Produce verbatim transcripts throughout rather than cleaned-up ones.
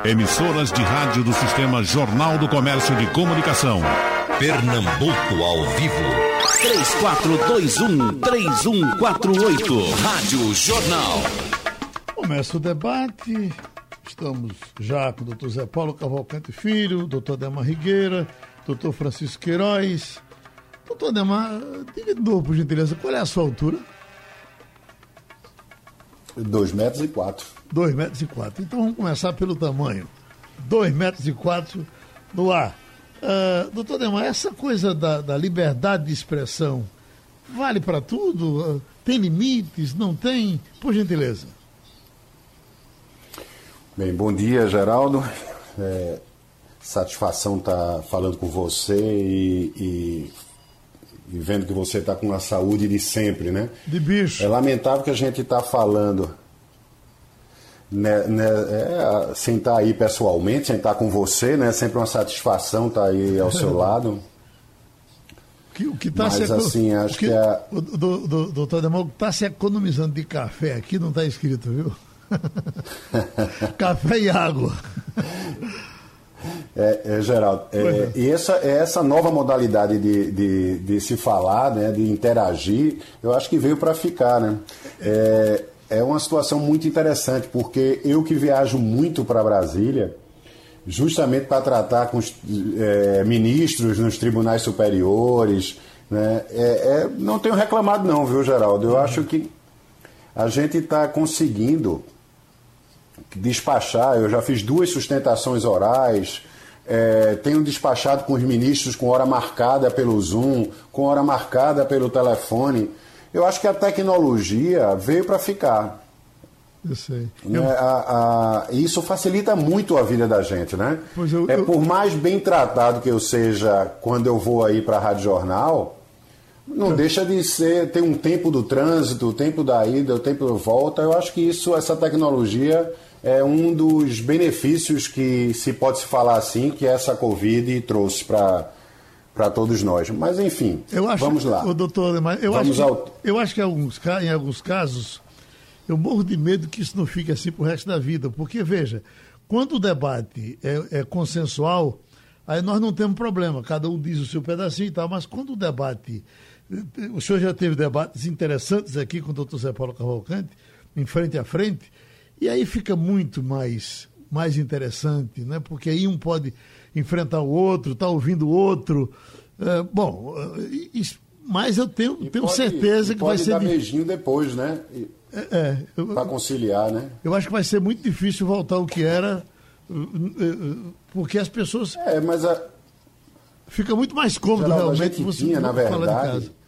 Emissoras de rádio do Sistema Jornal do Comércio de Comunicação. Pernambuco ao vivo. três quatro dois um, três um quatro oito. Rádio Jornal. Começa o debate. Estamos já com o doutor Zé Paulo Cavalcante Filho, doutor Ademar Rigueira, doutor Francisco Queiroz. Doutor Ademar, diga de novo, por gentileza, qual é a sua altura? Dois metros e quatro. Dois metros e quatro. Então vamos começar pelo tamanho. Dois metros e quatro no ar. Uh, doutor Ademar, essa coisa da, da liberdade de expressão vale para tudo? Uh, tem limites? Não tem? Por gentileza. Bem, bom dia, Geraldo. É, satisfação estar falando com você e, e, e vendo que você está com a saúde de sempre, né? De bicho. É lamentável que a gente está falando, né, né, é, sem estar aí pessoalmente, sem estar com você, né? Sempre uma satisfação estar aí ao seu lado. Que, o que tá Mas se, assim, acho o que, que a... o, do, do, doutor Ademar, está se economizando de café aqui, não está escrito, viu? Café e água. É, é, Geraldo, é, e essa, essa nova modalidade de, de, de se falar, né, de interagir, eu acho que veio para ficar, né? É, é uma situação muito interessante, porque eu que viajo muito para Brasília, justamente para tratar com os é, ministros nos tribunais superiores, né, é, é, não tenho reclamado não, viu, Geraldo? Eu acho que a gente está conseguindo despachar. Eu já fiz duas sustentações orais, é, tenho despachado com os ministros com hora marcada pelo Zoom, com hora marcada pelo telefone. Eu acho que a tecnologia veio para ficar. Eu sei. Né? Eu... A, a, isso facilita muito a vida da gente, né? Pois eu, é, eu... Por mais bem tratado que eu seja quando eu vou aí para a Rádio Jornal, não deixa de ser, tem um tempo do trânsito, o tempo da ida, o tempo da volta. Eu acho que isso, essa tecnologia é um dos benefícios que se pode se falar assim, que essa Covid trouxe para para todos nós. Mas enfim, eu acho, vamos lá. O doutor Ademar, eu vamos acho, ao... que, eu acho que em alguns, em alguns casos eu morro de medo que isso não fique assim pro resto da vida, porque veja, quando o debate é, é consensual, aí nós não temos problema, cada um diz o seu pedacinho e tal, mas quando o debate... O senhor já teve debates interessantes aqui com o doutor Zé Paulo Cavalcante, em frente a frente, e aí fica muito mais, mais interessante, né? Porque aí um pode enfrentar o outro, está ouvindo o outro. É, bom, isso, mas eu tenho, tenho pode, certeza que vai ser... Pode dar beijinho depois, né? É, é, para conciliar, né? Eu acho que vai ser muito difícil voltar ao que era, porque as pessoas... É, mas a... Fica muito mais cômodo, Geraldo, realmente, você tinha, na verdade, falar de casa.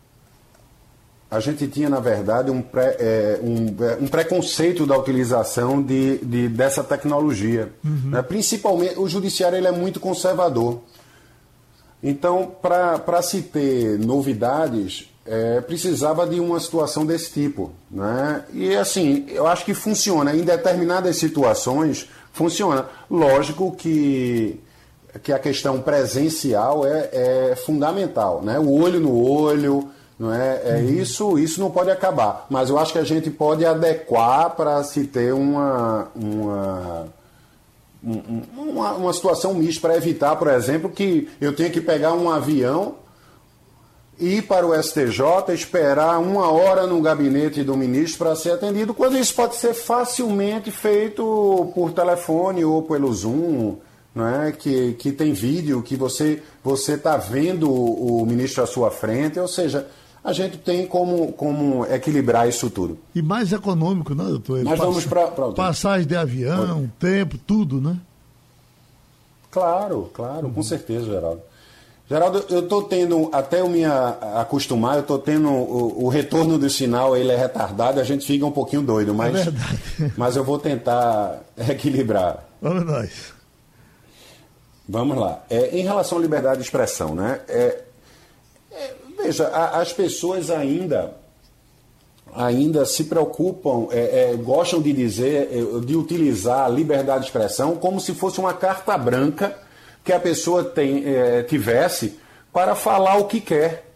A gente tinha, na verdade, um, pré, é, um, um preconceito da utilização de, de, dessa tecnologia. Uhum. Né? Principalmente, o judiciário ele é muito conservador. Então, para se ter novidades, é, precisava de uma situação desse tipo. Né? E, assim, eu acho que funciona. Em determinadas situações, funciona. Lógico que... que a questão presencial é, é fundamental, né? O olho no olho, não é? É uhum. isso, isso não pode acabar. Mas eu acho que a gente pode adequar para se ter uma, uma, uma, uma situação mista, para evitar, por exemplo, que eu tenha que pegar um avião, ir para o S T J, esperar uma hora no gabinete do ministro para ser atendido, quando isso pode ser facilmente feito por telefone ou pelo Zoom. Não é? que, que tem vídeo, que você você está vendo o, o ministro à sua frente, ou seja, a gente tem como, como equilibrar isso tudo. E mais econômico, né, doutor? Nós vamos para... Passagem de avião, tempo, tudo, né? Claro, claro, uhum. Com certeza, Geraldo. Geraldo, eu estou tendo, até eu me acostumar, eu estou tendo o, o retorno do sinal, ele é retardado, a gente fica um pouquinho doido, mas, é verdade. Mas eu vou tentar equilibrar. Vamos nós. Vamos lá. É, em relação à liberdade de expressão, né? É, é, veja, a, as pessoas ainda, ainda se preocupam, é, é, gostam de dizer, é, de utilizar a liberdade de expressão como se fosse uma carta branca que a pessoa tem, é, tivesse para falar o que quer.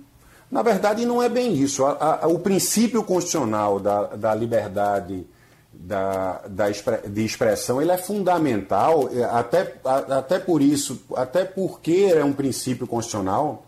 Na verdade, não é bem isso. A, a, o princípio constitucional da, da liberdade da, da, de expressão, ele é fundamental, até, até por isso, até porque é um princípio constitucional.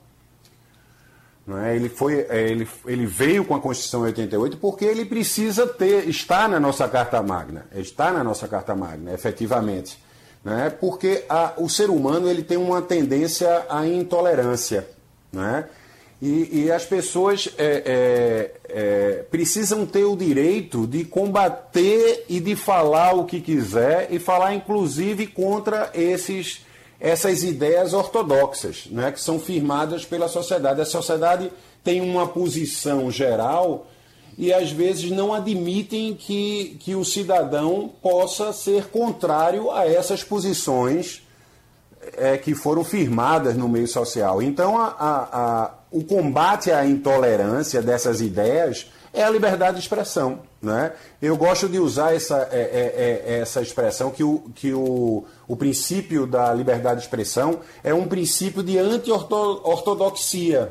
Não é? Ele, foi, ele, ele veio com a Constituição de oitenta e oito porque ele precisa ter, está na nossa Carta Magna, está na nossa Carta Magna, efetivamente. Não é? Porque a, o ser humano ele tem uma tendência à intolerância. Não é? e, e as pessoas é, é, é, precisam ter o direito de combater e de falar o que quiser, e falar inclusive contra esses... essas ideias ortodoxas, né, que são firmadas pela sociedade. A sociedade tem uma posição geral e, às vezes, não admitem que, que o cidadão possa ser contrário a essas posições é, que foram firmadas no meio social. Então, a, a, a, o combate à intolerância dessas ideias é a liberdade de expressão. Né? Eu gosto de usar essa, é, é, é, essa expressão que, o, que o, o princípio da liberdade de expressão é um princípio de anti-ortodoxia.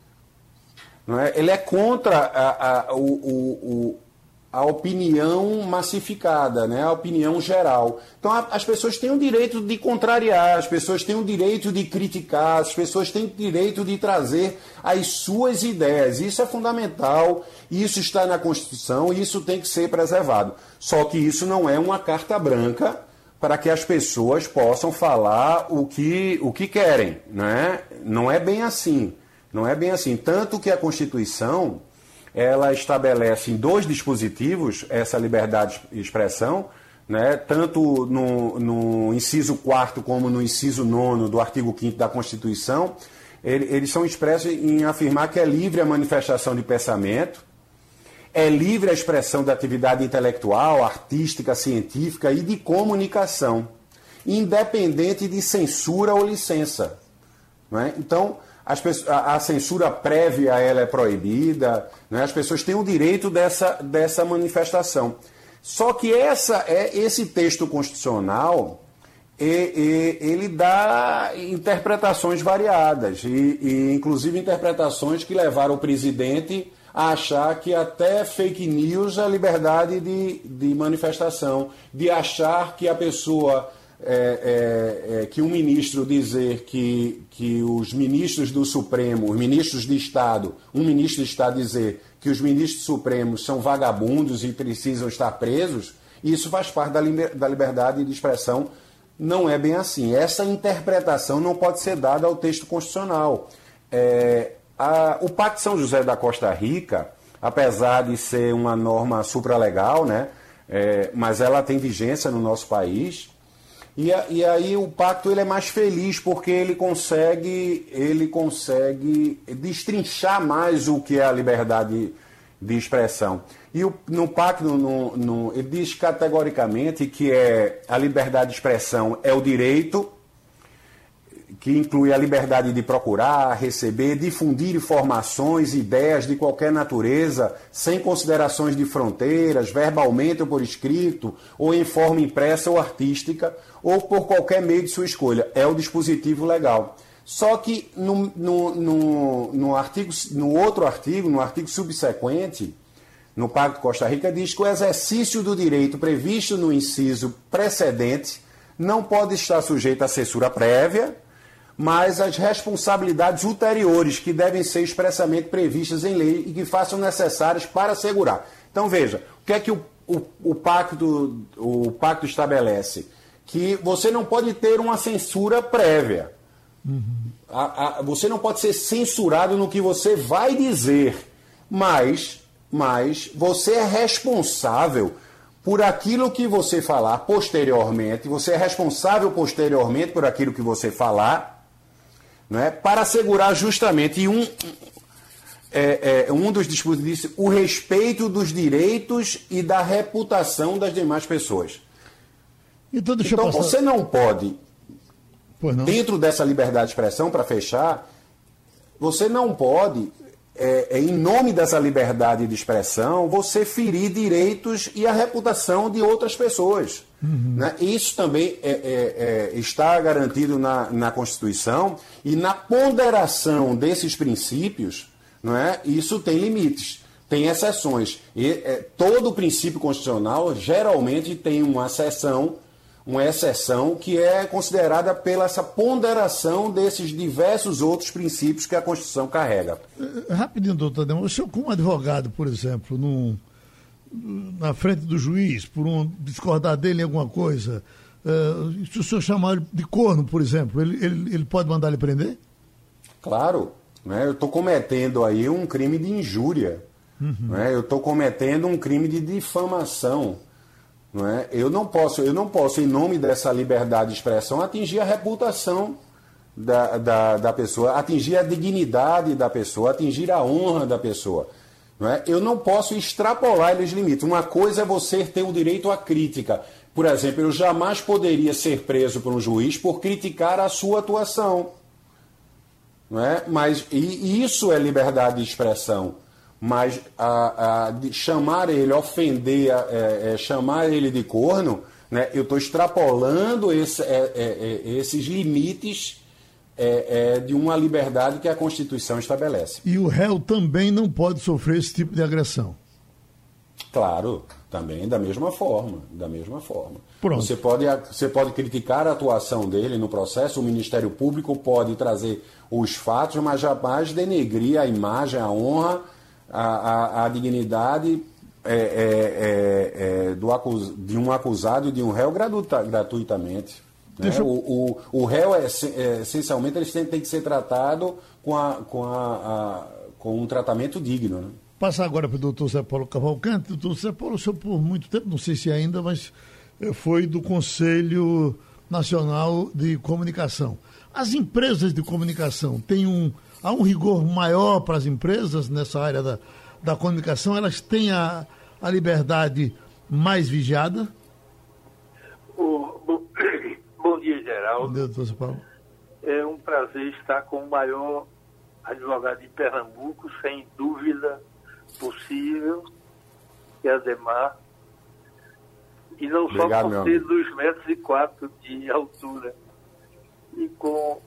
Não é? Ele é contra a, a, o, o, a opinião massificada, né? A opinião geral. Então a, as pessoas têm o direito de contrariar, as pessoas têm o direito de criticar, as pessoas têm o direito de trazer as suas ideias. Isso é fundamental, isso está na Constituição e isso tem que ser preservado. Só que isso não é uma carta branca para que as pessoas possam falar o que, o que querem. Né? Não é bem assim. Não é bem assim. Tanto que a Constituição... ela estabelece em dois dispositivos essa liberdade de expressão, né, tanto no, no inciso quarto como no inciso nono do artigo quinto da Constituição. Ele, eles são expressos em afirmar que é livre a manifestação de pensamento, é livre a expressão da atividade intelectual, artística, científica e de comunicação, independente de censura ou licença. Não é? Então, As pessoas, a, a censura prévia ela é proibida, né? As pessoas têm o direito dessa, dessa manifestação. Só que essa, é, esse texto constitucional, e, e, ele dá interpretações variadas, e, e inclusive interpretações que levaram o presidente a achar que até fake news é liberdade de, de manifestação, de achar que a pessoa... É, é, é, que um ministro dizer que, que os ministros do Supremo, os ministros de Estado, um ministro de Estado dizer que os ministros supremos são vagabundos e precisam estar presos, isso faz parte da, liber, da liberdade de expressão. Não é bem assim. Essa interpretação não pode ser dada ao texto constitucional. É, a, o Pacto de São José da Costa Rica, apesar de ser uma norma supralegal, né, é, mas ela tem vigência no nosso país. E, e aí o pacto ele é mais feliz porque ele consegue, ele consegue destrinchar mais o que é a liberdade de expressão. E o, no pacto no, no, ele diz categoricamente que é, a liberdade de expressão é o direito, que inclui a liberdade de procurar, receber, difundir informações, ideias de qualquer natureza, sem considerações de fronteiras, verbalmente ou por escrito, ou em forma impressa ou artística, ou por qualquer meio de sua escolha. É o dispositivo legal. Só que no, no, no, no, artigo, no outro artigo, no artigo subsequente, no Pacto de Costa Rica, diz que o exercício do direito previsto no inciso precedente não pode estar sujeito à censura prévia, mas as responsabilidades ulteriores que devem ser expressamente previstas em lei e que façam necessárias para assegurar. Então, veja, o que é que o, o, o, pacto, o pacto estabelece? Que você não pode ter uma censura prévia. Uhum. A, a, você não pode ser censurado no que você vai dizer, mas, mas você é responsável por aquilo que você falar posteriormente, você é responsável posteriormente por aquilo que você falar, não é? Para assegurar justamente, e um, é, é, um dos dispositivos diz o respeito dos direitos e da reputação das demais pessoas. Então, deixa então eu passar... você não pode, não. dentro dessa liberdade de expressão, para fechar, você não pode, é, é, em nome dessa liberdade de expressão, você ferir direitos e a reputação de outras pessoas. Uhum. Né? Isso também é, é, é, está garantido na, na Constituição, e na ponderação desses princípios, não é? Isso tem limites. tem exceções. E, é, todo princípio constitucional geralmente tem uma exceção, uma exceção que é considerada pela essa ponderação desses diversos outros princípios que a Constituição carrega. Rapidinho, doutor Ademar, o senhor como advogado, por exemplo, num, na frente do juiz, por um discordar dele em alguma coisa, uh, se o senhor chamar ele de corno, por exemplo, ele, ele, ele pode mandar ele prender? Claro, né? Eu estou cometendo aí um crime de injúria, uhum. né? Eu estou cometendo um crime de difamação. Não é? Eu não posso, eu não posso, em nome dessa liberdade de expressão, atingir a reputação da, da, da pessoa, atingir a dignidade da pessoa, atingir a honra da pessoa. Não é? Eu não posso extrapolar esses limites. Uma coisa é você ter o direito à crítica. Por exemplo, eu jamais poderia ser preso por um juiz por criticar a sua atuação. Não é? Mas e, e isso é liberdade de expressão. Mas a, a, de chamar ele, ofender, a, é, é, chamar ele de corno, né, eu estou extrapolando esse, é, é, é, esses limites é, é, de uma liberdade que a Constituição estabelece. E o réu também não pode sofrer esse tipo de agressão? Claro, também da mesma forma, da mesma forma. Pronto. Você pode, você pode criticar a atuação dele no processo, o Ministério Público pode trazer os fatos, mas jamais denegrir a imagem, a honra, A, a, a dignidade é, é, é, é, do acus, de um acusado e de um réu gratuita, gratuitamente. Né? Eu... O, o, o réu, é, é, essencialmente, eles têm, têm que ser tratados com, a, com, a, a, com um tratamento digno. Né? Passar agora para o doutor Zé Paulo Cavalcante. Doutor Zé Paulo, o senhor por muito tempo, não sei se ainda, mas foi do Conselho Nacional de Comunicação. As empresas de comunicação têm um... Há um rigor maior para as empresas nessa área da, da comunicação? Elas têm a, a liberdade mais vigiada? O, bom, bom dia, Geraldo. Bom dia, doutor Paulo. É um prazer estar com o maior advogado de Pernambuco, sem dúvida possível, que é Ademar. E não Obrigado, só por ter dois metros e quatro de altura. E com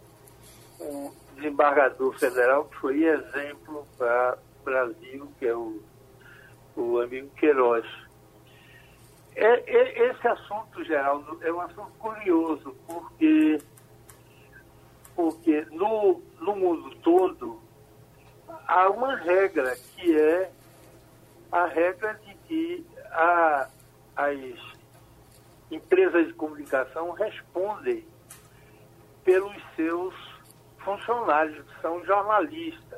um desembargador federal que foi exemplo para o Brasil, que é o, o amigo Queiroz. É, é, esse assunto, Geraldo, é um assunto curioso, porque, porque no, no mundo todo há uma regra, que é a regra de que a, as empresas de comunicação respondem pelos seus funcionários, que são jornalistas.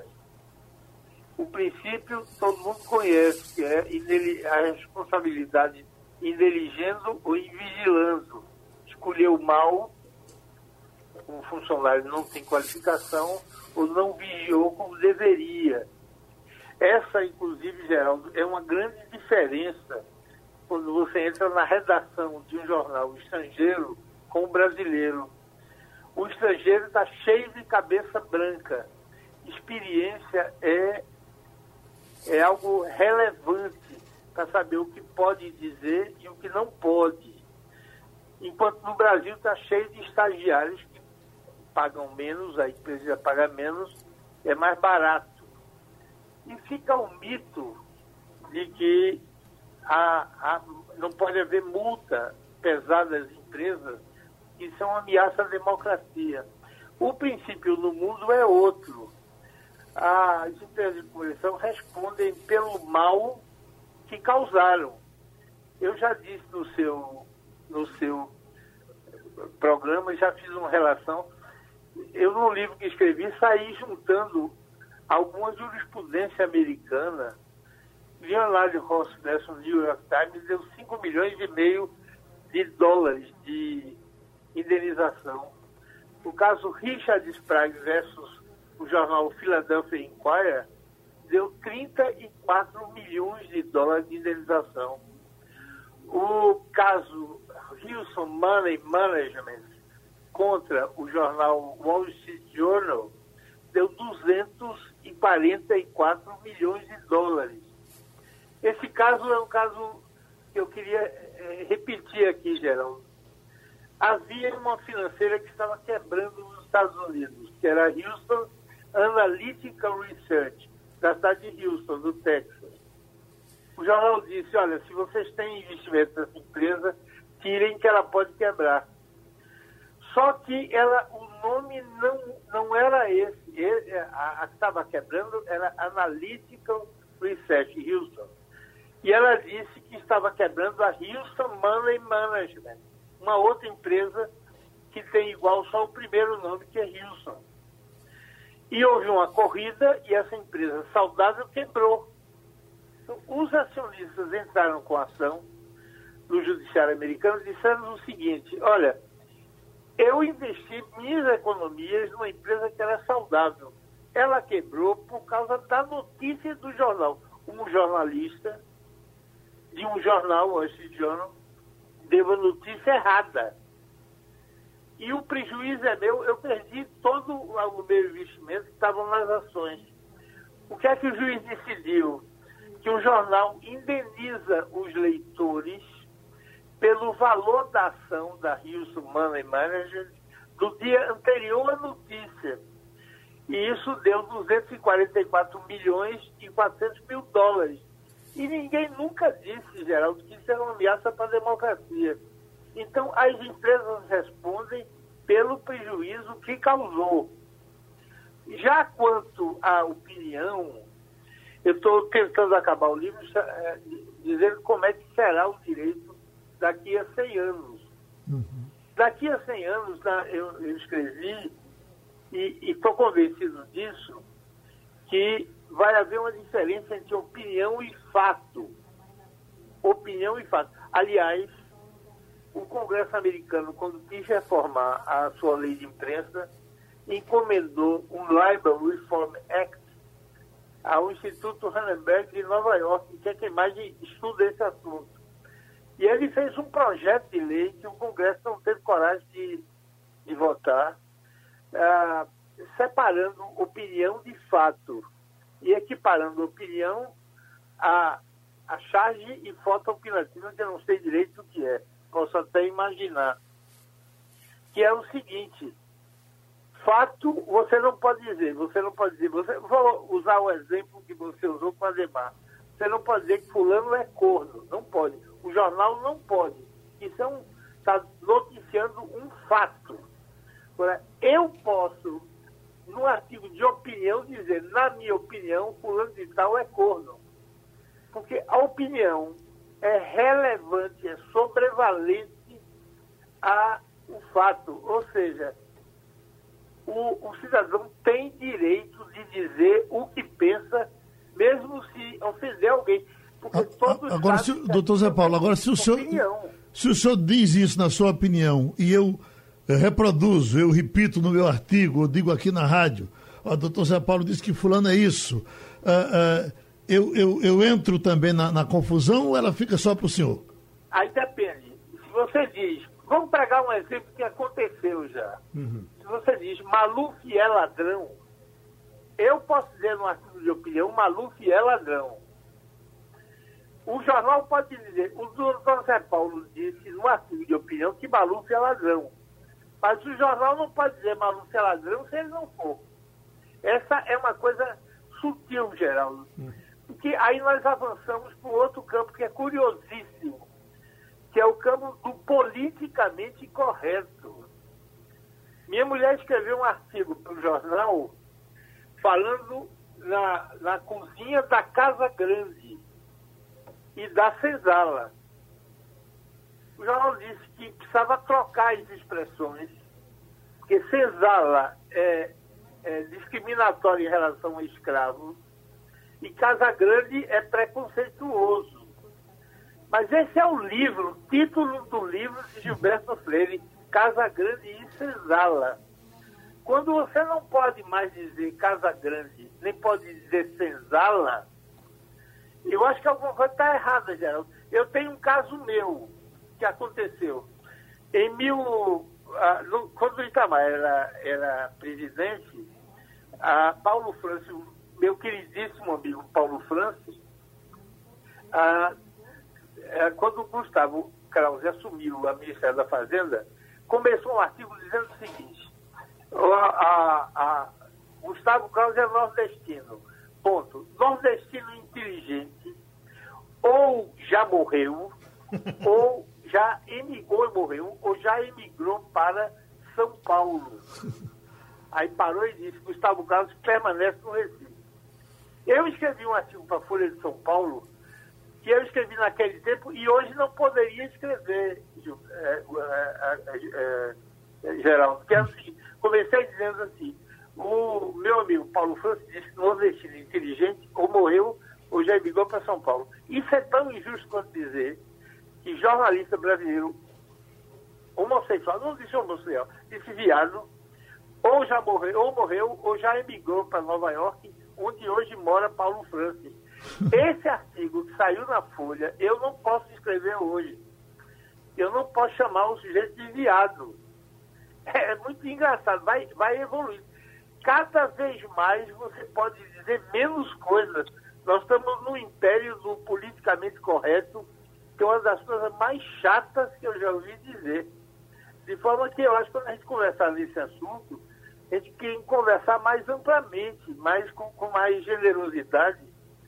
O princípio todo mundo conhece, que é a responsabilidade ineligendo ou invigilando. Escolheu mal, um funcionário não tem qualificação ou não vigiou como deveria. Essa, inclusive, Geraldo, é uma grande diferença quando você entra na redação de um jornal estrangeiro com o brasileiro. O estrangeiro está cheio de cabeça branca. Experiência é, é algo relevante para saber o que pode dizer e o que não pode. Enquanto no Brasil está cheio de estagiários que pagam menos, a empresa paga menos, é mais barato. E fica o mito de que a, a, não pode haver multa pesada às empresas. Isso é uma ameaça à democracia. O princípio no mundo é outro. As empresas de comunicação respondem pelo mal que causaram. Eu já disse no seu, no seu programa, já fiz uma relação. Eu, no livro que escrevi, saí juntando alguma jurisprudência americana. Leonard Ross dessa no New York Times deu cinco milhões e meio de dólares de indenização. O caso Richard Sprague versus o jornal Philadelphia Inquirer deu trinta e quatro milhões de dólares de indenização. O caso Houston Money Management contra o jornal Wall Street Journal deu duzentos e quarenta e quatro milhões de dólares. Esse caso é um caso que eu queria é, repetir aqui, Geraldo. Havia uma financeira que estava quebrando nos Estados Unidos, que era a Houston Analytical Research, da cidade de Houston, do Texas. O jornal disse, olha, se vocês têm investimento nessa empresa, tirem que ela pode quebrar. Só que ela, o nome não, não era esse. Ele, a, a que estava quebrando era Analytical Research Houston. E ela disse que estava quebrando a Houston Money Management, uma outra empresa que tem igual só o primeiro nome, que é Houston. E houve uma corrida e essa empresa saudável quebrou. Então, os acionistas entraram com a ação no judiciário americano e disseram o seguinte, olha, eu investi minhas economias numa empresa que era saudável. Ela quebrou por causa da notícia do jornal. Um jornalista de um jornal, o Wall Street Journal, deu a notícia errada. E o prejuízo é meu, eu perdi todo o meu investimento que estavam nas ações. O que é que o juiz decidiu? Que o jornal indeniza os leitores pelo valor da ação da Houston Money Management do dia anterior à notícia. E isso deu duzentos e quarenta e quatro milhões e quatrocentos mil dólares. E ninguém nunca disse, Geraldo, que isso era uma ameaça para a democracia. Então, as empresas respondem pelo prejuízo que causou. Já quanto à opinião, eu estou tentando acabar o livro é, dizendo como é que será o direito daqui a cem anos. Uhum. Daqui a cem anos, né, eu, eu escrevi, e estou convencido disso, que vai haver uma diferença entre opinião e fato. Opinião e fato. Aliás, o Congresso americano, quando quis reformar a sua lei de imprensa, encomendou um Libel Reform Act ao Instituto Annenberg de Nova York, que é quem mais estuda esse assunto. E ele fez um projeto de lei que o Congresso não teve coragem de, de votar, ah, separando opinião de fato e equiparando opinião a, a charge e foto opinativa, que eu não sei direito o que é, posso até imaginar. Que é o seguinte, fato você não pode dizer, você não pode dizer, você, vou usar o exemplo que você usou com a Ademar, você não pode dizer que fulano é corno, não pode. O jornal não pode. Isso é um, está noticiando um fato. Agora, eu posso, num artigo de opinião, dizer, na minha opinião, fulano de tal é corno. Porque a opinião é relevante, é sobrevalente ao fato. Ou seja, o, o cidadão tem direito de dizer o que pensa, mesmo se ofender alguém. A, agora, se, doutor Zé Paulo, agora se o, senhor, se o senhor diz isso na sua opinião e eu, eu reproduzo, eu repito no meu artigo, eu digo aqui na rádio, o doutor Zé Paulo disse que fulano é isso, uh, uh, eu, eu, eu entro também na, na confusão ou ela fica só para o senhor? Aí depende. Se você diz, vamos pegar um exemplo que aconteceu já. Uhum. Se você diz, Maluf é ladrão, eu posso dizer no artigo de opinião, Maluf é ladrão. O jornal pode dizer, o doutor Zé Paulo disse no artigo de opinião que Maluf é ladrão. Mas o jornal não pode dizer Maluf é ladrão se ele não for. Essa é uma coisa sutil, Geraldo. Porque aí nós avançamos para um outro campo que é curiosíssimo, que é o campo do politicamente correto. Minha mulher escreveu um artigo para o jornal falando na, na cozinha da Casa Grande e da senzala. O jornal disse que precisava trocar as expressões, porque senzala é, é discriminatória em relação a escravos e Casa Grande é preconceituoso. Mas esse é o livro, o título do livro de Gilberto Freire, Casa Grande e Senzala. Quando você não pode mais dizer Casa Grande, nem pode dizer senzala, eu acho que alguma coisa está errada, Geraldo. Eu tenho um caso meu que aconteceu. Em mil... Ah, no, quando o Itamar era, era presidente, a Paulo Francis, meu queridíssimo amigo Paulo Francis, ah, é, quando o Gustavo Krause assumiu a Ministério da Fazenda, começou um artigo dizendo o seguinte, a, a, a, Gustavo Krause é nordestino, ponto. Nordestino inteligente ou já morreu, ou já emigrou e morreu, ou já emigrou para São Paulo. Aí parou e disse, Gustavo Carlos permanece no Recife. Eu escrevi um artigo para a Folha de São Paulo, que eu escrevi naquele tempo e hoje não poderia escrever, é, é, é, é, Geraldo, que é o seguinte, comecei dizendo assim, o meu amigo Paulo Francis disse que o nordestino inteligente ou morreu ou já emigrou para São Paulo. Isso é tão injusto quanto dizer que jornalista brasileiro homossexual, não disse homossexual, disse viado, ou já morreu, ou morreu, ou já emigrou para Nova York, onde hoje mora Paulo Francis. Esse artigo que saiu na Folha, eu não posso escrever hoje. Eu não posso chamar o sujeito de viado. É muito engraçado, vai, vai evoluir. Cada vez mais você pode dizer menos coisas. Nós estamos no império do politicamente correto, que é uma das coisas mais chatas que eu já ouvi dizer. De forma que eu acho que quando a gente conversar nesse assunto, a gente tem que conversar mais amplamente, mais com, com mais generosidade,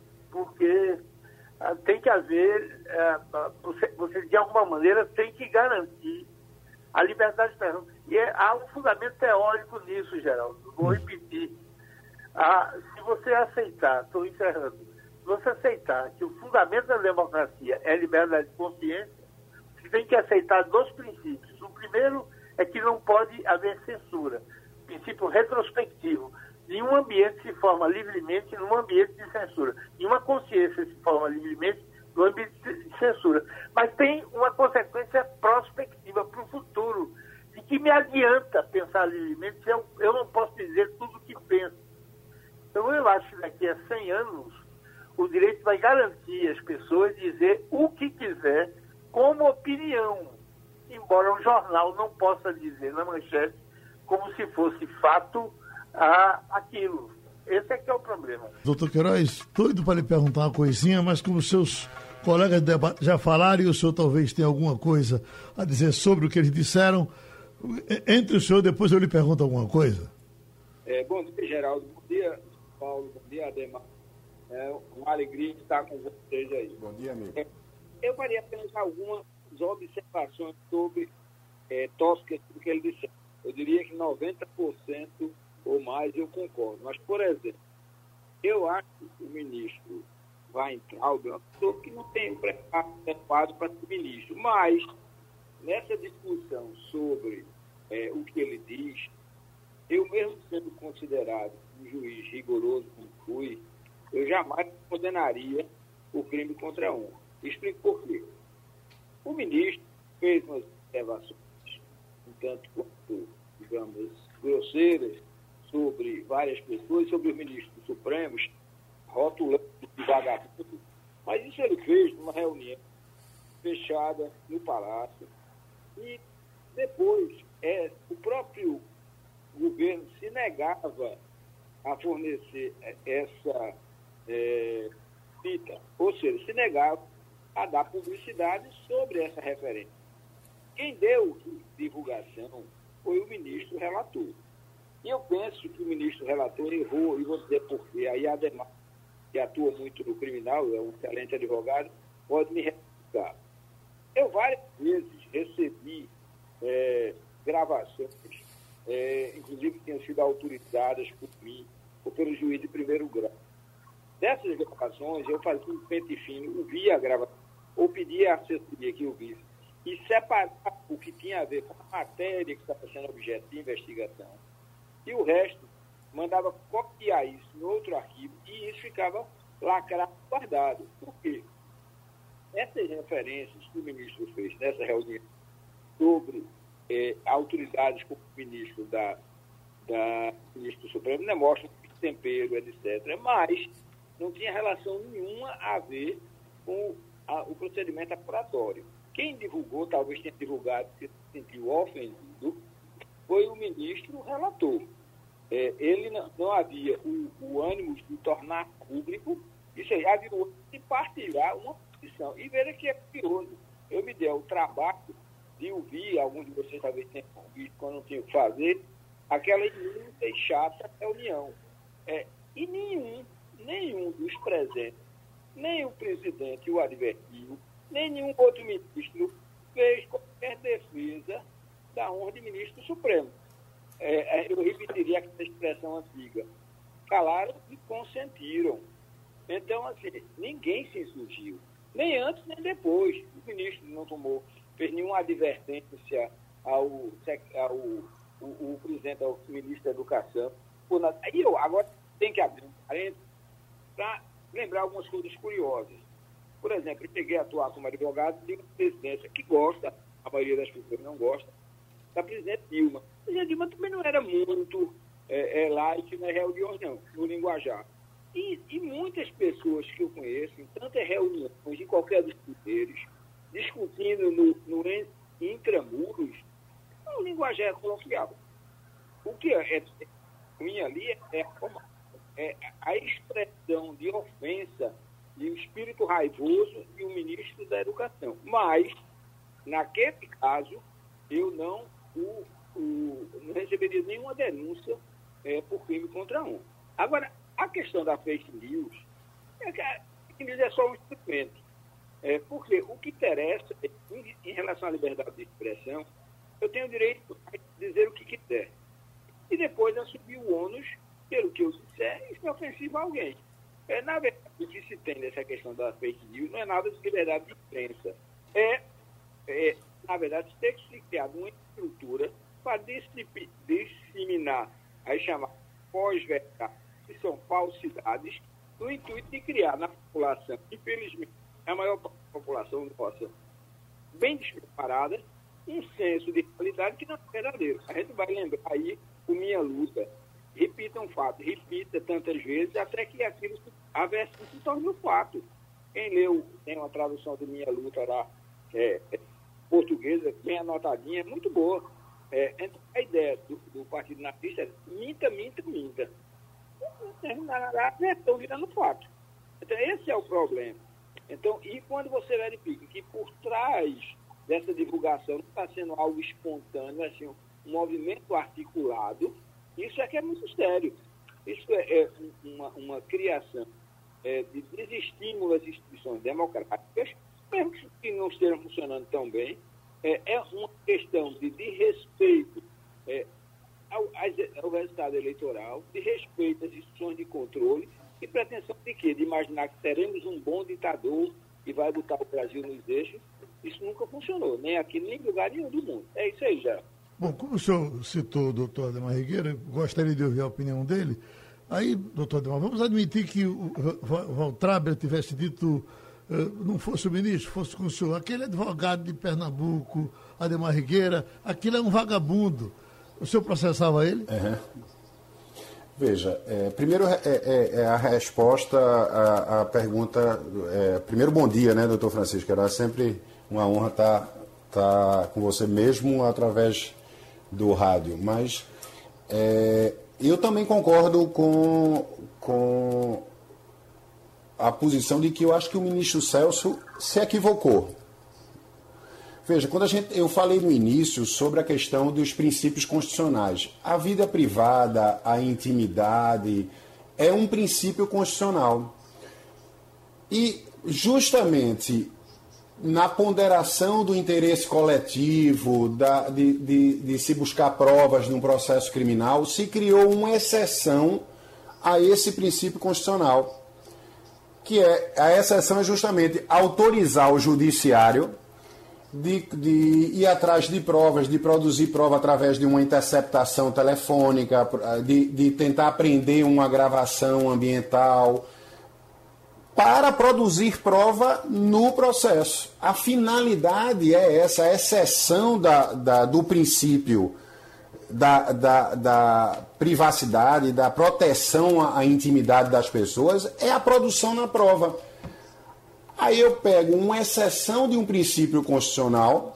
porque ah, tem que haver, ah, você, você de alguma maneira tem que garantir a liberdade de expressão. E é, há um fundamento teórico nisso, Geraldo. Vou repetir. Ah, se você aceitar, estou encerrando, se você aceitar que o fundamento da democracia é a liberdade de consciência, você tem que aceitar dois princípios. O primeiro é que não pode haver censura. Princípio retrospectivo. Nenhum ambiente se forma livremente num ambiente de censura. Nenhuma consciência se forma livremente num ambiente de censura. Mas tem uma consequência prospectiva para o futuro. De que me adianta pensar livremente se eu, eu não posso dizer tudo o que penso. Então eu acho que daqui a cem anos o direito vai garantir às pessoas dizer o que quiser como opinião. Embora o jornal não possa dizer na manchete como se fosse fato a, aquilo. Esse é que é o problema. Doutor Queiroz, doido para lhe perguntar uma coisinha, mas como seus colegas de debate já falaram e o senhor talvez tenha alguma coisa a dizer sobre o que eles disseram, entre o senhor, depois eu lhe pergunto alguma coisa. É, bom dia, Geraldo. Bom dia, Paulo. Bom dia, Ademar. É uma alegria estar com vocês aí. Bom dia, amigo. É, eu faria apenas algumas observações sobre é, tópicos do que ele disse. Eu diria que noventa por cento ou mais eu concordo. Mas, por exemplo, eu acho que o ministro Weintraub é uma pessoa que não tem preparado para ser ministro. Mas, nessa discussão sobre é, o que ele diz, eu mesmo sendo considerado um juiz rigoroso como fui, eu jamais condenaria o crime contra a honra. Explico por quê. O ministro fez umas observações um tanto quanto, digamos, grosseiras sobre várias pessoas, sobre os ministros supremos, rotulando de vagabundo, mas isso ele fez numa reunião fechada no Palácio e depois é, o próprio governo se negava a fornecer essa é, fita, ou seja, se negava a dar publicidade sobre essa referência. Quem deu divulgação foi o ministro relator. E eu penso que o ministro relator errou, e vou dizer por quê. Aí a Ademar, que atua muito no criminal, é um excelente advogado, pode me explicar. Eu várias vezes recebi é, gravações, é, inclusive que tinham sido autorizadas por mim ou pelo juiz de primeiro grau. Dessas gravações, eu fazia um pente fino, via a gravação, ou pedia a assessoria que eu visse, e separar o que tinha a ver com a matéria que estava sendo objeto de investigação, e o resto mandava copiar isso em outro arquivo, e isso ficava lacrado, guardado. Por quê? Essas referências que o ministro fez nessa reunião sobre eh, autoridades como o ministro da, da ministro do Supremo, né, mostram tempero, etcétera, mas não tinha relação nenhuma a ver com a, o procedimento apuratório. Quem divulgou, talvez tenha divulgado, se sentiu ofendido, foi o ministro relator. É, ele não, não havia o, o ânimo de tornar público, isso aí, havia o ânimo de partilhar uma posição. E veja que é curioso, eu me dei o trabalho de ouvir, alguns de vocês talvez tenham ouvido quando não tinham o que fazer, aquela imensa e chata reunião. É, e nenhum nenhum dos presentes, nem o presidente o advertiu, nem nenhum outro ministro fez qualquer defesa da honra de ministro supremo. É, eu repetiria aquela expressão antiga. Calaram e consentiram. Então, assim, ninguém se insurgiu. Nem antes, nem depois. O ministro não tomou, fez nenhuma advertência ao, ao o, o presidente, ao ministro da Educação. Aí eu agora tenho que abrir um parênteses para lembrar algumas coisas curiosas. Por exemplo, eu cheguei a atuar como advogado de uma presidência que gosta, a maioria das pessoas não gosta, da presidente Dilma. A presidente Dilma também não era muito é, é, light nas reuniões, não, no linguajar. E, e muitas pessoas que eu conheço, em tantas reuniões, em qualquer dos poderes, discutindo no, no intramuros, o linguajar é coloquial. O que é, é ruim ali é, é a expressão de ofensa de um espírito raivoso de um ministro da Educação. Mas, naquele caso, eu não, o, o, não receberia nenhuma denúncia é, por crime contra a honra. Agora, a questão da fake news, é que a fake news é só um instrumento. É, porque o que interessa, em, em relação à liberdade de expressão, eu tenho o direito a dizer o que quiser. E depois assumir o ônus pelo que eu disser e se ofensivo a alguém. É, na verdade, o que se tem nessa questão da fake news não é nada de liberdade de imprensa. É, é na verdade, tem que ser criada uma estrutura para disseminar as chamadas pós-verdades, que são falsidades, no intuito de criar na população, infelizmente, a maior parte da população nossa, bem despreparada, um senso de realidade que não é verdadeiro. A gente vai lembrar aí o Minha Luta. Repita um fato, repita tantas vezes, até que aquilo, a versão se torne um fato. Quem leu, tem uma tradução de Minha Luta lá, é, é, portuguesa, bem anotadinha, muito boa. É, então, a ideia do, do Partido Nazista é minta, minta, minta. Na verdade, estão virando fato. Então, esse é o problema. Então, e quando você verifica que por trás dessa divulgação não está sendo algo espontâneo, assim, um movimento articulado, isso é que é muito sério. Isso é, é uma, uma criação é, de desestímulo às instituições democráticas, mesmo que não estejam funcionando tão bem. É, é uma questão de, de respeito é, ao, ao resultado eleitoral, de respeito às instituições de controle e pretensão de quê? De imaginar que teremos um bom ditador que vai botar o Brasil nos eixos. Isso nunca funcionou, nem aqui, nem em lugar nenhum do mundo. É isso aí, já. Bom, como o senhor citou o doutor Ademar Regueira, gostaria de ouvir a opinião dele. Aí, doutor Ademar, vamos admitir que o Waltraber tivesse dito, uh, não fosse o ministro, fosse com o senhor, aquele advogado de Pernambuco, Ademar Regueira, aquilo é um vagabundo. O senhor processava ele? Uhum. Veja, é, primeiro é, é, é a resposta à, à pergunta. É, primeiro, bom dia, né, doutor Francisco? Era sempre uma honra estar, estar com você mesmo através do rádio. Mas é, eu também concordo com, com a posição de que eu acho que o ministro Celso se equivocou. Veja, quando a gente, eu falei no início sobre a questão dos princípios constitucionais. A vida privada, a intimidade, é um princípio constitucional. E, justamente, na ponderação do interesse coletivo, da, de, de, de se buscar provas num processo criminal, se criou uma exceção a esse princípio constitucional. Que é, a exceção é justamente autorizar o judiciário De, de ir atrás de provas, de produzir prova através de uma interceptação telefônica, de, de tentar apreender uma gravação ambiental, para produzir prova no processo. A finalidade é essa, a exceção da, da, do princípio da, da, da privacidade, da proteção à, à intimidade das pessoas, é a produção na prova. Aí eu pego uma exceção de um princípio constitucional,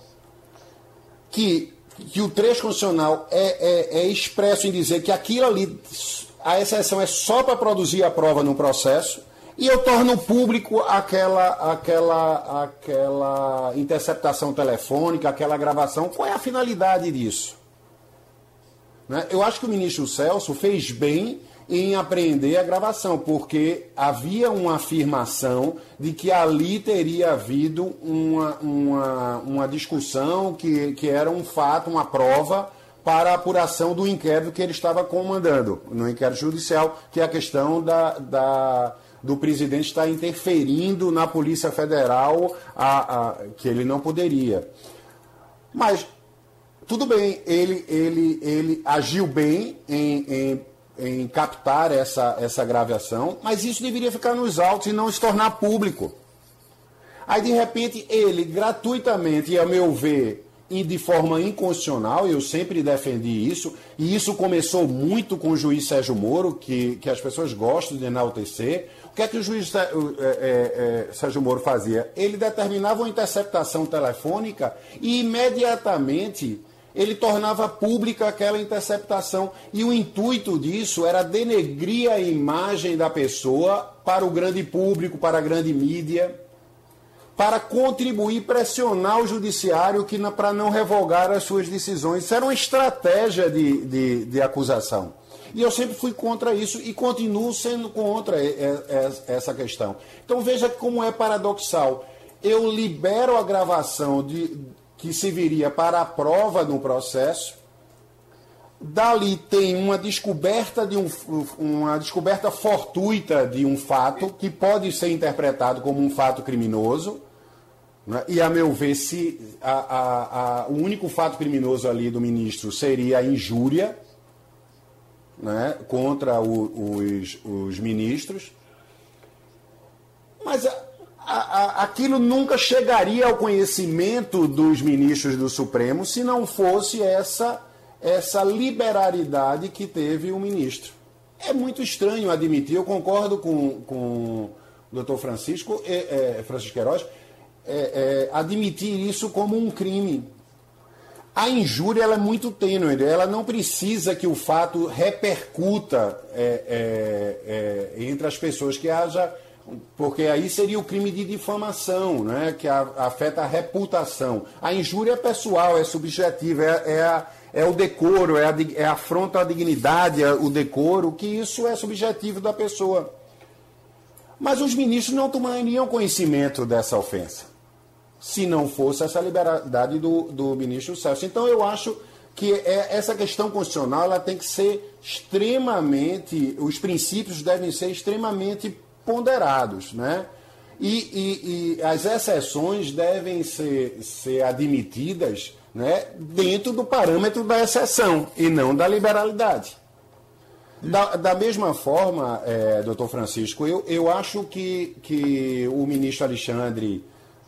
que, que o trecho constitucional é, é, é expresso em dizer que aquilo ali, a exceção é só para produzir a prova no processo, e eu torno público aquela, aquela, aquela interceptação telefônica, aquela gravação. Qual é a finalidade disso? Né? Eu acho que o ministro Celso fez bem em apreender a gravação, porque havia uma afirmação de que ali teria havido uma, uma, uma discussão que, que era um fato, uma prova para a apuração do inquérito que ele estava comandando, no inquérito judicial, que é a questão da, da, do presidente estar interferindo na Polícia Federal, a, a, que ele não poderia. Mas, tudo bem, ele, ele, ele agiu bem em... em em captar essa, essa gravação, mas isso deveria ficar nos autos e não se tornar público. Aí, de repente, ele, gratuitamente, e a meu ver, e de forma inconstitucional, eu sempre defendi isso, e isso começou muito com o juiz Sérgio Moro, que, que as pessoas gostam de enaltecer. O que é que o juiz é, é, é, Sérgio Moro fazia? Ele determinava uma interceptação telefônica e, imediatamente, ele tornava pública aquela interceptação. E o intuito disso era denegrir a imagem da pessoa para o grande público, para a grande mídia, para contribuir, pressionar o judiciário que, para não revogar as suas decisões. Isso era uma estratégia de, de, de acusação. E eu sempre fui contra isso e continuo sendo contra essa questão. Então veja como é paradoxal. Eu libero a gravação de... que serviria para a prova no processo. Dali tem uma descoberta, de um, uma descoberta fortuita de um fato que pode ser interpretado como um fato criminoso, né? E, a meu ver, se a, a, a, o único fato criminoso ali do ministro seria a injúria, né, contra o, os, os ministros. Mas... A, aquilo nunca chegaria ao conhecimento dos ministros do Supremo se não fosse essa, essa liberalidade que teve o ministro. É muito estranho admitir, eu concordo com, com o doutor Francisco, é, é, Francisco Queiroz, é, é, admitir isso como um crime. A injúria ela é muito tênue, ela não precisa que o fato repercuta é, é, é, entre as pessoas, que haja... Porque aí seria o crime de difamação, né, que a, afeta a reputação. A injúria é pessoal, é subjetiva, é, é, a, é o decoro, é a, é a afronta à dignidade, é o decoro, que isso é subjetivo da pessoa. Mas os ministros não tomariam conhecimento dessa ofensa, se não fosse essa liberdade do, do ministro Celso. Então eu acho que é, essa questão constitucional ela tem que ser extremamente, os princípios devem ser extremamente ponderados, né? E, e, e as exceções devem ser, ser admitidas, né, dentro do parâmetro da exceção e não da liberalidade. Da, da mesma forma, é, doutor Francisco, eu, eu acho que, que o ministro Alexandre...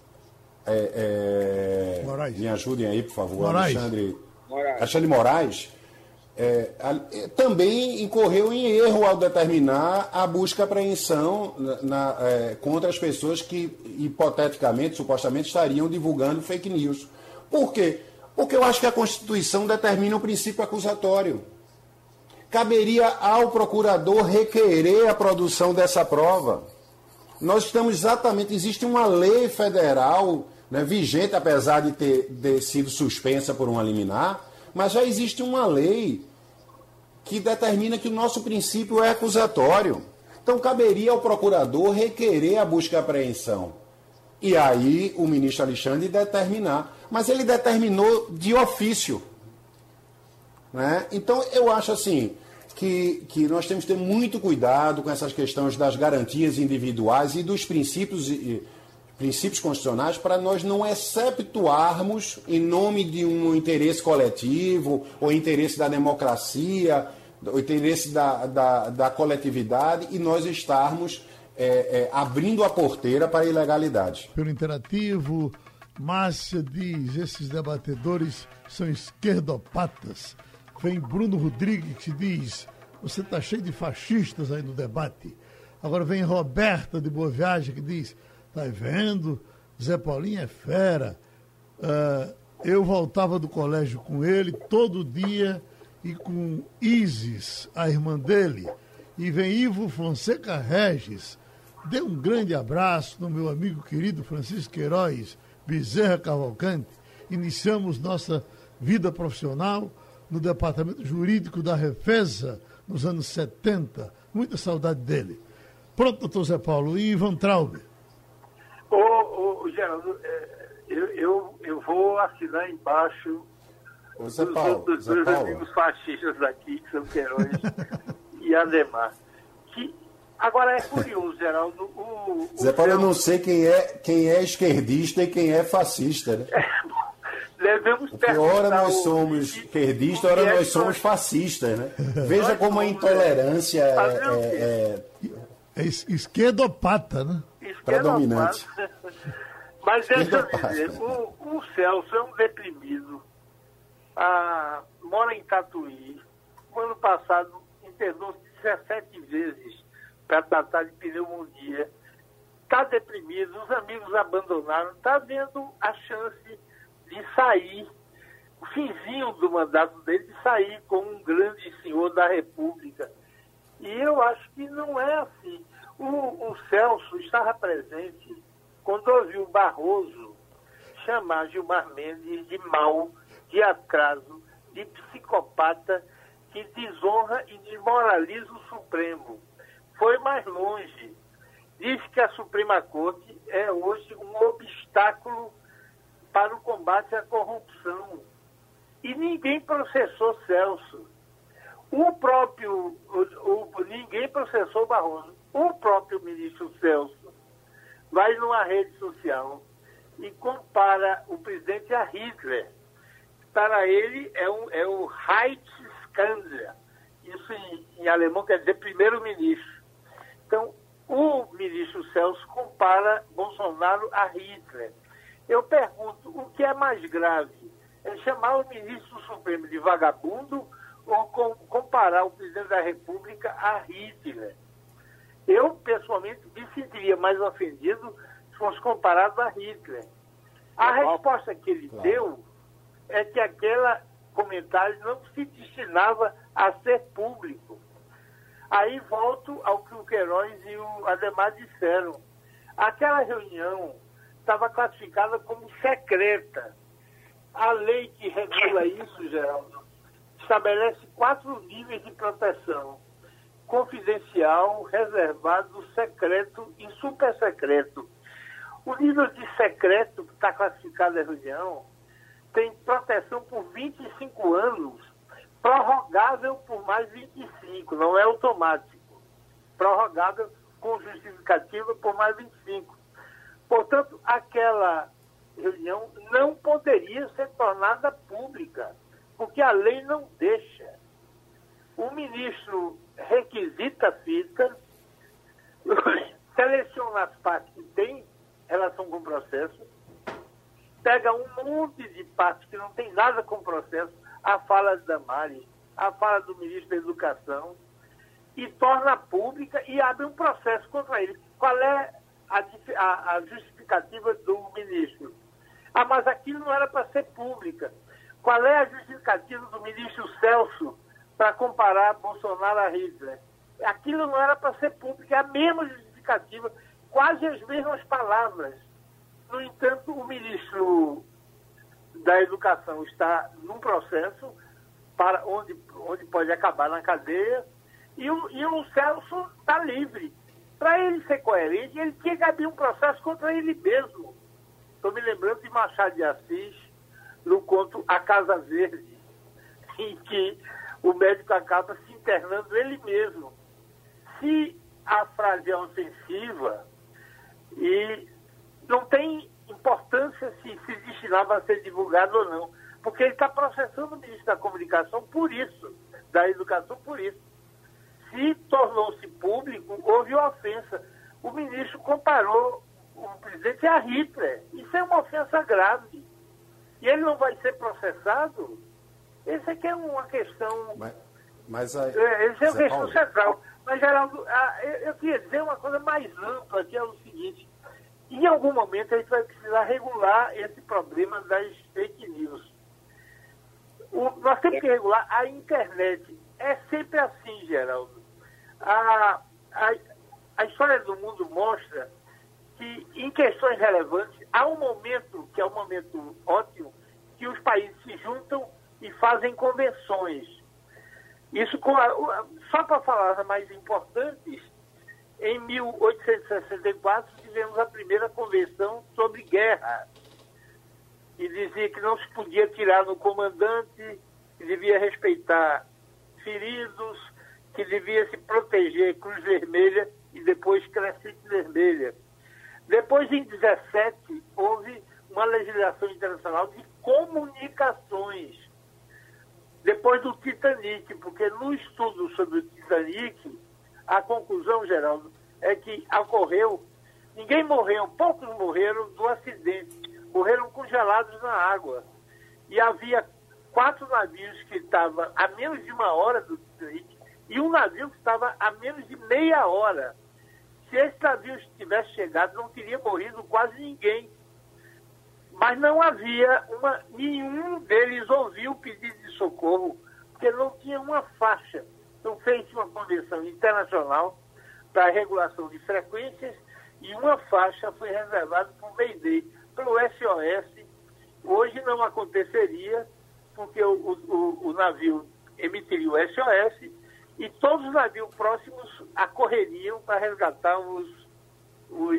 É, é, Moraes. Me ajudem aí, por favor. Moraes. Alexandre Moraes. Alexandre Moraes... É, a, também incorreu em erro ao determinar a busca e apreensão na, na, é, contra as pessoas que, hipoteticamente, supostamente, estariam divulgando fake news. Por quê? Porque eu acho que a Constituição determina o princípio acusatório. Caberia ao procurador requerer a produção dessa prova. Nós estamos exatamente... Existe uma lei federal, né, vigente, apesar de ter, ter sido suspensa por uma liminar, mas já existe uma lei que determina que o nosso princípio é acusatório. Então, caberia ao procurador requerer a busca e apreensão. E aí, o ministro Alexandre determinar. Mas ele determinou de ofício, né? Então, eu acho assim, que, que nós temos que ter muito cuidado com essas questões das garantias individuais e dos princípios... princípios constitucionais, para nós não exceptuarmos em nome de um interesse coletivo, ou interesse da democracia, o interesse da, da, da coletividade, e nós estarmos é, é, abrindo a porteira para a ilegalidade. Pelo interativo, Márcia diz, esses debatedores são esquerdopatas. Vem Bruno Rodrigues que diz, você está cheio de fascistas aí no debate. Agora vem Roberta de Boa Viagem que diz, tá vendo? Zé Paulinho é fera. Uh, eu voltava do colégio com ele todo dia e com Isis, a irmã dele. E vem Ivo Fonseca Regis. Dê um grande abraço no meu amigo querido Francisco Queiroz Bezerra Cavalcante. Iniciamos nossa vida profissional no departamento jurídico da Refesa nos anos setenta. Muita saudade dele. Pronto, doutor Zé Paulo. E Ivan Traub? Ô, ô, ô Geraldo, é, eu, eu, eu vou assinar embaixo Ô, Zé dos Paulo, outros Zé dois Paulo. amigos fascistas aqui, que são Queiroz e Ademar. Que, agora é curioso, Geraldo. O, o Zé Paulo, eu Celso- não sei quem é, quem é esquerdista e quem é fascista, né? Devemos Porque ora perguntar nós o- somos o que- esquerdistas, o que ora é nós que somos fascistas, né? Veja Nós como a somos, intolerância é, Fazer o quê? é- é- É es- esquerdopata, né? Predominante. Mas deixa eu Esquerdopata. dizer, o, o Celso é um deprimido. Ah, mora em Tatuí. O ano passado internou-se dezessete vezes para tratar de pneumonia. Está deprimido, os amigos abandonaram, está vendo a chance de sair, o finzinho do mandato dele, de sair como um grande senhor da República. E eu acho que não é assim. O, o Celso estava presente quando ouviu Barroso chamar Gilmar Mendes de mau, de atraso, de psicopata, que desonra e desmoraliza o Supremo. Foi mais longe. Diz que a Suprema Corte é hoje um obstáculo para o combate à corrupção. E ninguém processou Celso. O próprio, o, o, ninguém processou Barroso. O próprio ministro Celso vai numa rede social e compara o presidente a Hitler. Para ele é, um, é o Reichskanzler. Isso em, em alemão quer dizer primeiro-ministro. Então, o ministro Celso compara Bolsonaro a Hitler. Eu pergunto, o que é mais grave? É chamar o ministro Supremo de vagabundo ou com, comparar o presidente da República a Hitler? Eu, pessoalmente, me sentiria mais ofendido se fosse comparado a Hitler. A resposta que ele deu é que aquele comentário não se destinava a ser público. Aí volto ao que o Queiroz e o Ademar disseram. Aquela reunião estava classificada como secreta. A lei que regula isso, Geraldo, estabelece quatro níveis de proteção: confidencial, reservado, secreto e super secreto. O nível de secreto que está classificado na reunião tem proteção por vinte e cinco anos, prorrogável por mais vinte e cinco, não é automático. Prorrogável com justificativa por mais vinte e cinco. Portanto, aquela reunião não poderia ser tornada pública, porque a lei não deixa. O ministro requisita a fita, seleciona as partes que têm relação com o processo, pega um monte de partes que não tem nada com o processo, a fala da Damares, a fala do ministro da Educação, e torna pública e abre um processo contra ele. Qual é a, a, a justificativa do ministro? Ah, mas aquilo não era para ser pública. Qual é a justificativa do ministro Celso para comparar Bolsonaro a Hitler? Aquilo não era para ser pública, é a mesma justificativa, quase as mesmas palavras. No entanto, o ministro da Educação está num processo para onde, onde pode acabar na cadeia e o, e o Celso está livre. Para ele ser coerente, ele tinha que abrir um processo contra ele mesmo. Estou me lembrando de Machado de Assis, no conto A Casa Verde, em que o médico acaba se internando ele mesmo. Se a frase é ofensiva e não tem importância se se destinava a ser divulgado ou não, porque ele está processando o ministro da Comunicação por isso, da Educação por isso. Se tornou-se público, houve ofensa. O ministro comparou o presidente a Hitler. Isso é uma ofensa grave. E ele não vai ser processado? Essa aqui é uma questão... Mas, mas aí, é, essa é uma Zé questão Paulo, central. Mas, Geraldo, ah, eu, eu queria dizer uma coisa mais ampla, que é o seguinte: em algum momento a gente vai precisar regular esse problema das fake news. O, nós temos que regular a internet. É sempre assim, Geraldo. A, a, a história do mundo mostra que, em questões relevantes, há um momento, que é um momento ótimo, que os países se juntam e fazem convenções. Isso com a, só para falar as mais importantes, em mil oitocentos e sessenta e quatro tivemos a primeira convenção sobre guerra, que dizia que não se podia atirar no comandante, que devia respeitar feridos, que devia se proteger Cruz Vermelha e depois Crescente Vermelha. Depois, em dezessete, houve uma legislação internacional de comunicações. Depois do Titanic, porque no estudo sobre o Titanic, a conclusão, Geraldo, é que ocorreu, ninguém morreu, poucos morreram do acidente, morreram congelados na água. E havia quatro navios que estavam a menos de uma hora do Titanic e um navio que estava a menos de meia hora. Se esse navio tivesse chegado, não teria morrido quase ninguém. Mas não havia, uma, nenhum deles ouviu o pedido de socorro, porque não tinha uma faixa. Então fez uma convenção internacional para a regulação de frequências e uma faixa foi reservada para o Mayday, pelo S O S. Hoje não aconteceria, porque o, o, o navio emitiria o S O S e todos os navios próximos acorreriam para resgatar os, os,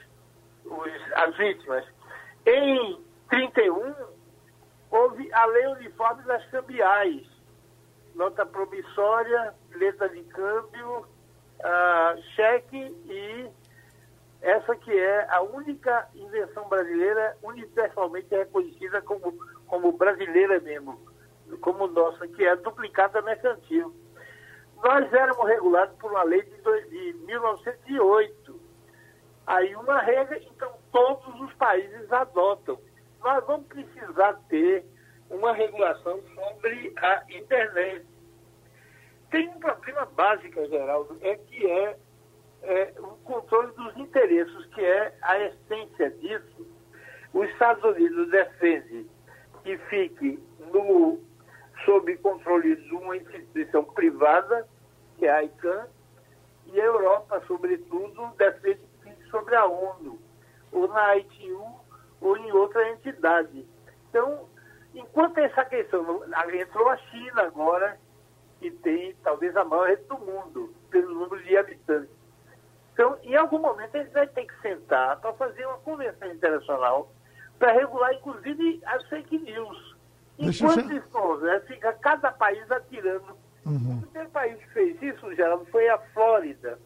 os, as vítimas. Em trinta e um, houve a Lei Uniforme das Cambiais, nota promissória, letra de câmbio, uh, cheque e essa que é a única invenção brasileira universalmente reconhecida como, como brasileira mesmo, como nossa, que é a duplicata mercantil. Nós éramos regulados por uma lei de, dois, de mil novecentos e oito. Aí uma regra, então todos os países adotam. Nós vamos precisar ter uma regulação sobre a internet. Tem um problema básico, Geraldo, é que é, é o controle dos interesses, que é a essência disso. Os Estados Unidos defendem que fique no, sob controle de uma instituição privada, que é a ICANN, e a Europa, sobretudo, defende que fique sobre a ONU, ou na I T U, ou em outra entidade. Então, enquanto essa questão, entrou a China agora, que tem talvez a maior rede do mundo, pelo número de habitantes. Então, em algum momento, eles vão ter que sentar para fazer uma convenção internacional para regular, inclusive, as fake news. Enquanto isso não houver, fica cada país atirando. Uhum. O primeiro país que fez isso, Geraldo, foi a Flórida.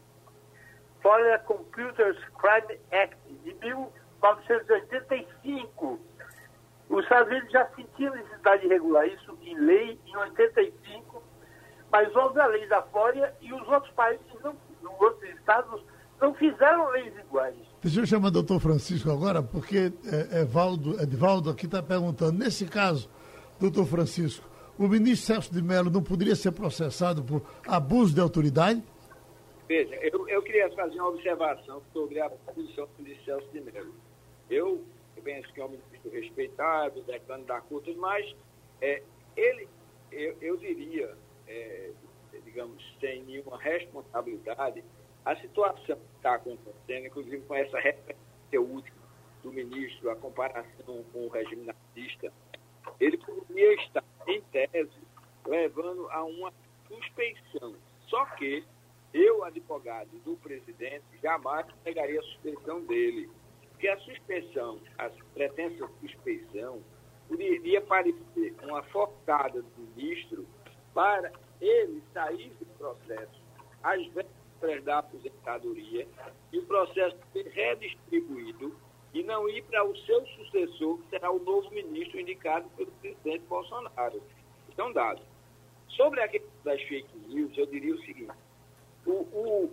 Florida Computers Crime Act, de mil novecentos e oitenta e cinco. Os Estados Unidos já sentiam necessidade de regular isso em lei em oitenta e cinco, mas houve a lei da Flórida e os outros países, não, os outros estados, não fizeram leis iguais. Deixa eu chamar o doutor Francisco agora, porque é, Evaldo, Edvaldo aqui está perguntando, nesse caso, doutor Francisco, o ministro Celso de Mello não poderia ser processado por abuso de autoridade? Veja, eu, eu queria fazer uma observação sobre a posição do ministro Celso de Mello. Eu, eu penso que é um ministro respeitado, decano da Corte, mas é, ele, eu, eu diria, é, digamos, sem nenhuma responsabilidade, a situação que está acontecendo, inclusive com essa referência última do ministro, a comparação com o regime nazista, ele poderia estar, em tese, levando a uma suspeição. Só que eu, advogado do presidente, jamais pegaria a suspeição dele. Porque a suspeição, a pretensa suspeição, poderia parecer uma forçada do ministro para ele sair do processo às vésperas da aposentadoria e o processo ser redistribuído e não ir para o seu sucessor, que será o novo ministro indicado pelo presidente Bolsonaro. Então, dado. Sobre a questão das fake news, eu diria o seguinte: o, o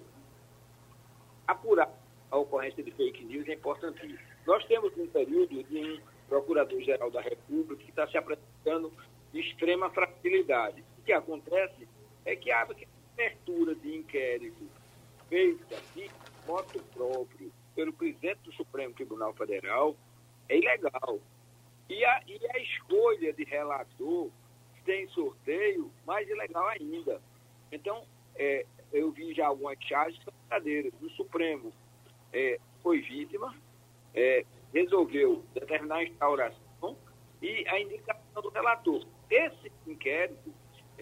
apurar a ocorrência de fake news é importantíssimo. Nós temos um período de um procurador-geral da República que está se apresentando de extrema fragilidade. O que acontece é que a abertura de inquérito feita de modo próprio pelo presidente do Supremo Tribunal Federal é ilegal. E a, e a escolha de relator tem sorteio, mais ilegal ainda. Então, é, eu vi já algumas charges verdadeiras. O Supremo é, foi vítima, é, resolveu determinar a instauração e a indicação do relator. Esse inquérito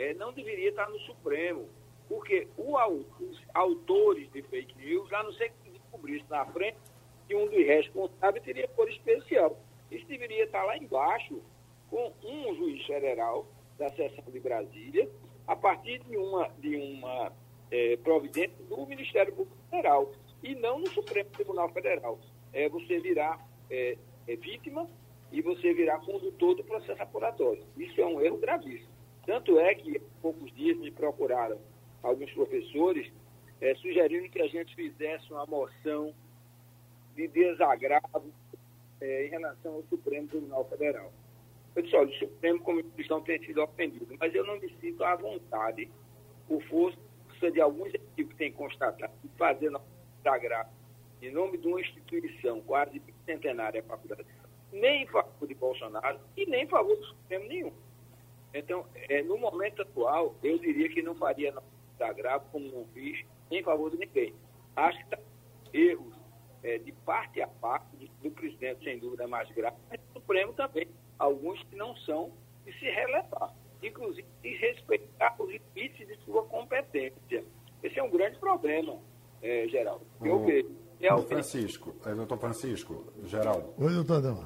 é, não deveria estar no Supremo, porque o, os autores de fake news, a não ser que descobrisse na frente que um dos responsáveis teria por especial. Isso deveria estar lá embaixo, com um juiz federal da seção de Brasília, a partir de uma, de uma é, providência do Ministério Público Federal, e não no Supremo Tribunal Federal. É, você virá é, é vítima e você virá condutor do processo apuratório. Isso é um erro gravíssimo. Tanto é que, há poucos dias, me procuraram alguns professores é, sugerindo que a gente fizesse uma moção de desagravo é, em relação ao Supremo Tribunal Federal. Eu disse, olha, o Supremo, como instituição, tem sido ofendido, mas eu não me sinto à vontade, por força de alguns equipes que têm constatado, de fazer nosso desagravo em nome de uma instituição quase centenária, nem em favor de Bolsonaro e nem em favor do Supremo nenhum. Então, é, no momento atual, eu diria que não faria nosso desagravo, como não fiz, em favor de ninguém. Acho que tá erros é, de parte a parte do presidente, sem dúvida, mais grave, mas do Supremo também. Alguns que não são de se relevar, inclusive de respeitar os limites de sua competência. Esse é um grande problema, é, Geraldo. Eu o, vejo. É o Francisco, é, doutor Francisco, Geraldo. Oi, doutor Adão.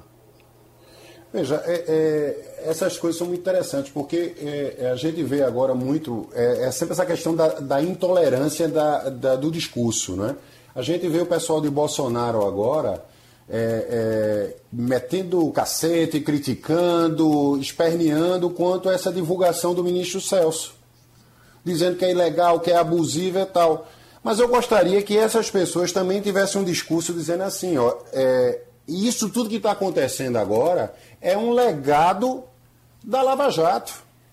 Veja, é, é, essas coisas são muito interessantes, porque é, a gente vê agora muito, é, é sempre essa questão da, da intolerância da, da, do discurso, né? A gente vê o pessoal de Bolsonaro agora é, é, metendo o cacete, criticando, esperneando quanto a essa divulgação do ministro Celso, dizendo que é ilegal, que é abusiva e tal. Mas eu gostaria que essas pessoas também tivessem um discurso dizendo assim, ó, é, isso tudo que está acontecendo agora é um legado da Lava Jato.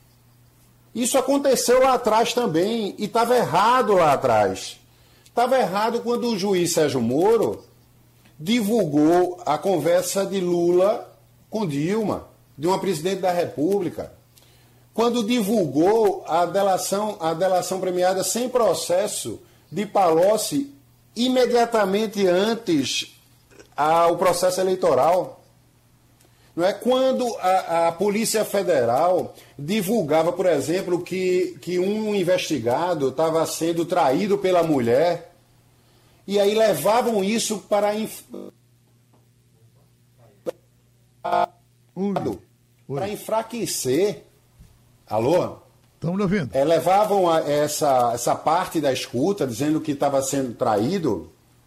Isso aconteceu lá atrás também e estava errado lá atrás. Estava errado quando o juiz Sérgio Moro divulgou a conversa de Lula com Dilma, de uma presidente da República, quando divulgou a delação, a delação premiada sem processo de Palocci imediatamente antes ao processo eleitoral. Não é? Quando a, a Polícia Federal divulgava, por exemplo, que, que um investigado estava sendo traído pela mulher, e aí levavam isso para, inf... para enfraquecer. Alô? Estamos me ouvindo. É, levavam a essa, essa parte da escuta, dizendo que estava sendo traído,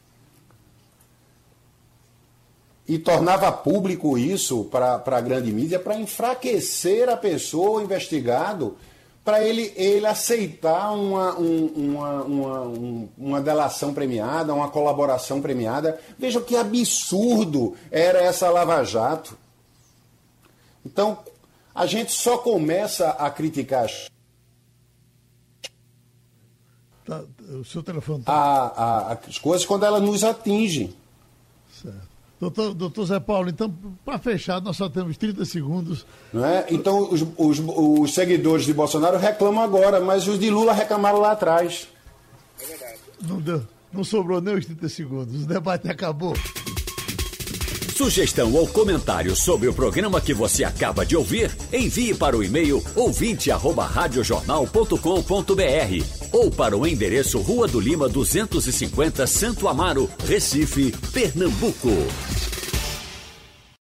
e tornava público isso para a grande mídia, para enfraquecer a pessoa, o investigado, para ele, ele aceitar uma, um, uma, uma, um, uma delação premiada, uma colaboração premiada. Vejam que absurdo era essa Lava Jato. Então, a gente só começa a criticar tá, o seu telefone tá... a, a, as coisas quando elas nos atingem. Certo. Doutor, doutor Zé Paulo, então, para fechar, nós só temos trinta segundos. Não é? Então, os, os, os seguidores de Bolsonaro reclamam agora, mas os de Lula reclamaram lá atrás. É verdade. Não, deu, não sobrou nem os trinta segundos, o debate acabou. Sugestão ou comentário sobre o programa que você acaba de ouvir, envie para o e-mail ouvinte arroba radiojornal ponto com ponto br ou para o endereço Rua do Lima duzentos e cinquenta, Santo Amaro, Recife, Pernambuco.